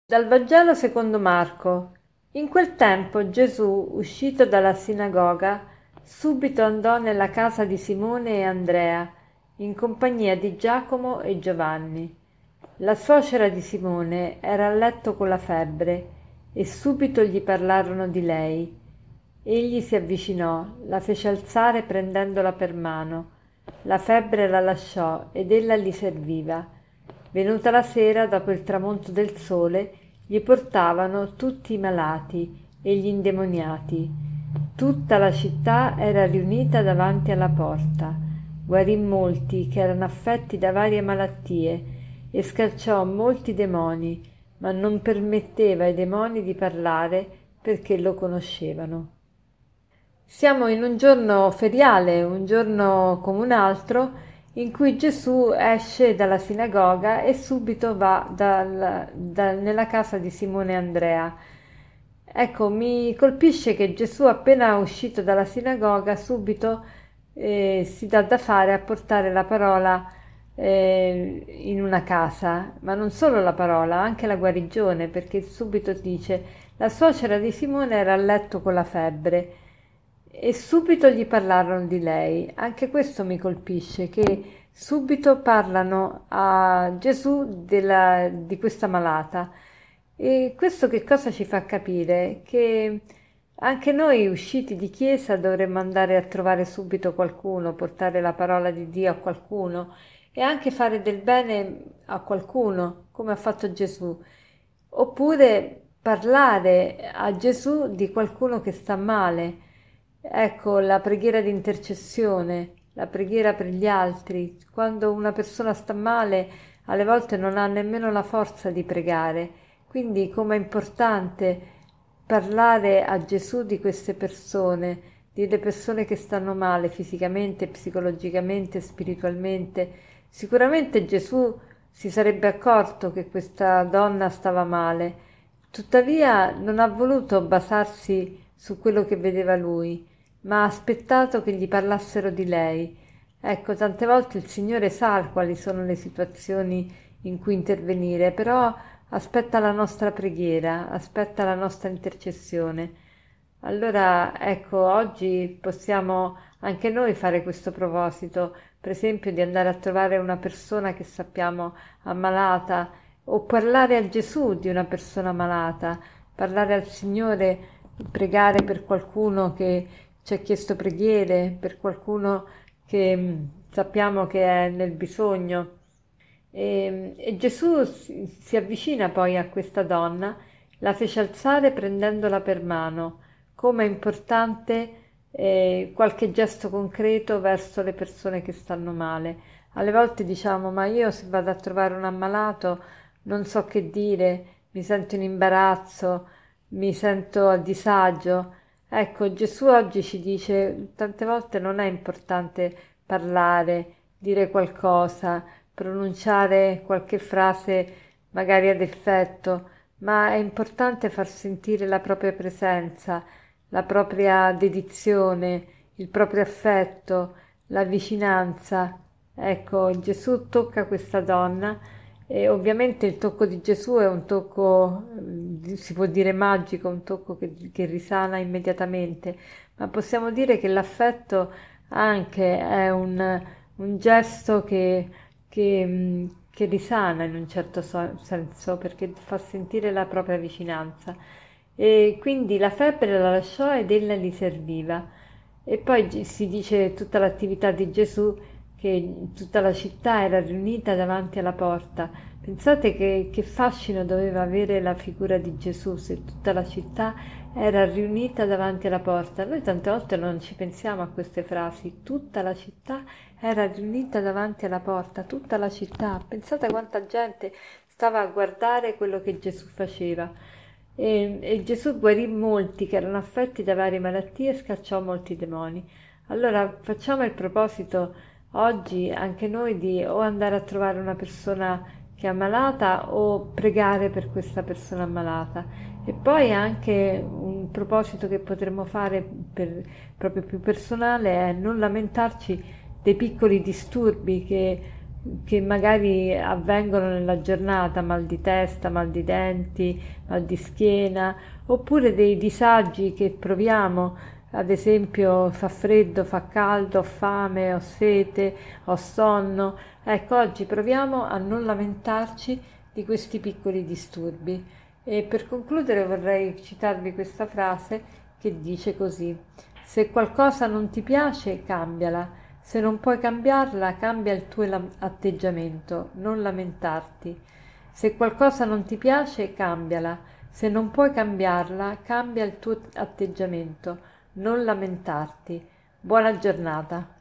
Dal Vangelo secondo Marco. In quel tempo Gesù, uscito dalla sinagoga, subito andò nella casa di Simone e Andrea, in compagnia di Giacomo e Giovanni. La suocera di Simone era a letto con la febbre e subito gli parlarono di lei. Egli si avvicinò, la fece alzare prendendola per mano. La febbre la lasciò ed ella gli serviva. Venuta la sera, dopo il tramonto del sole, gli portavano tutti i malati e gli indemoniati. Tutta la città era riunita davanti alla porta. Guarì molti che erano affetti da varie malattie e scacciò molti demoni, ma non permetteva ai demoni di parlare perché lo conoscevano. Siamo in un giorno feriale, un giorno come un altro, in cui Gesù esce dalla sinagoga e subito va nella casa di Simone e Andrea. Ecco, mi colpisce che Gesù, appena uscito dalla sinagoga, subito si dà da fare a portare la parola in una casa, ma non solo la parola, anche la guarigione, perché subito dice: la suocera di Simone era a letto con la febbre. E subito gli parlarono di lei. Anche questo mi colpisce, che subito parlano a Gesù di questa malata. E questo che cosa ci fa capire? Che anche noi usciti di chiesa dovremmo andare a trovare subito qualcuno, portare la parola di Dio a qualcuno e anche fare del bene a qualcuno, come ha fatto Gesù. Oppure parlare a Gesù di qualcuno che sta male. Ecco, la preghiera di intercessione, la preghiera per gli altri. Quando una persona sta male, alle volte non ha nemmeno la forza di pregare. Quindi com'è importante parlare a Gesù di queste persone, delle persone che stanno male fisicamente, psicologicamente, spiritualmente. Sicuramente Gesù si sarebbe accorto che questa donna stava male, tuttavia non ha voluto basarsi su quello che vedeva lui, ma ha aspettato che gli parlassero di lei. Ecco, tante volte il Signore sa quali sono le situazioni in cui intervenire, però aspetta la nostra preghiera, aspetta la nostra intercessione. Allora, ecco, oggi possiamo anche noi fare questo proposito, per esempio di andare a trovare una persona che sappiamo ammalata o parlare a Gesù di una persona malata, parlare al Signore, pregare per qualcuno che ci ha chiesto preghiere, per qualcuno che sappiamo che è nel bisogno. E Gesù si avvicina poi a questa donna, la fece alzare prendendola per mano. Come è importante qualche gesto concreto verso le persone che stanno male. Alle volte diciamo: ma io se vado a trovare un ammalato non so che dire, mi sento in imbarazzo, mi sento a disagio. Ecco, Gesù oggi ci dice: tante volte non è importante parlare, dire qualcosa, pronunciare qualche frase magari ad effetto, ma è importante far sentire la propria presenza, la propria dedizione, il proprio affetto, la vicinanza. Ecco, Gesù tocca questa donna e ovviamente il tocco di Gesù è un tocco, si può dire magico, un tocco che risana immediatamente, ma possiamo dire che l'affetto anche è un gesto che risana in un certo senso, perché fa sentire la propria vicinanza. E quindi la febbre la lasciò ed ella gli serviva. E poi si dice tutta l'attività di Gesù, che tutta la città era riunita davanti alla porta. Pensate che fascino doveva avere la figura di Gesù se tutta la città era riunita davanti alla porta. Noi tante volte non ci pensiamo a queste frasi. Tutta la città era riunita davanti alla porta, tutta la città. Pensate quanta gente stava a guardare quello che Gesù faceva. E Gesù guarì molti che erano affetti da varie malattie e scacciò molti demoni. Allora facciamo il proposito oggi anche noi di o andare a trovare una persona che è ammalata o pregare per questa persona ammalata. E poi anche un proposito che potremmo fare proprio più personale è non lamentarci dei piccoli disturbi che che magari avvengono nella giornata, mal di testa, mal di denti, mal di schiena, oppure dei disagi che proviamo, ad esempio fa freddo, fa caldo, ho fame, ho sete, ho sonno. Ecco, oggi proviamo a non lamentarci di questi piccoli disturbi. E per concludere vorrei citarvi questa frase che dice così: se qualcosa non ti piace, cambiala. Se non puoi cambiarla, cambia il tuo atteggiamento, non lamentarti. Se qualcosa non ti piace, cambiala. Se non puoi cambiarla, cambia il tuo atteggiamento, non lamentarti. Buona giornata.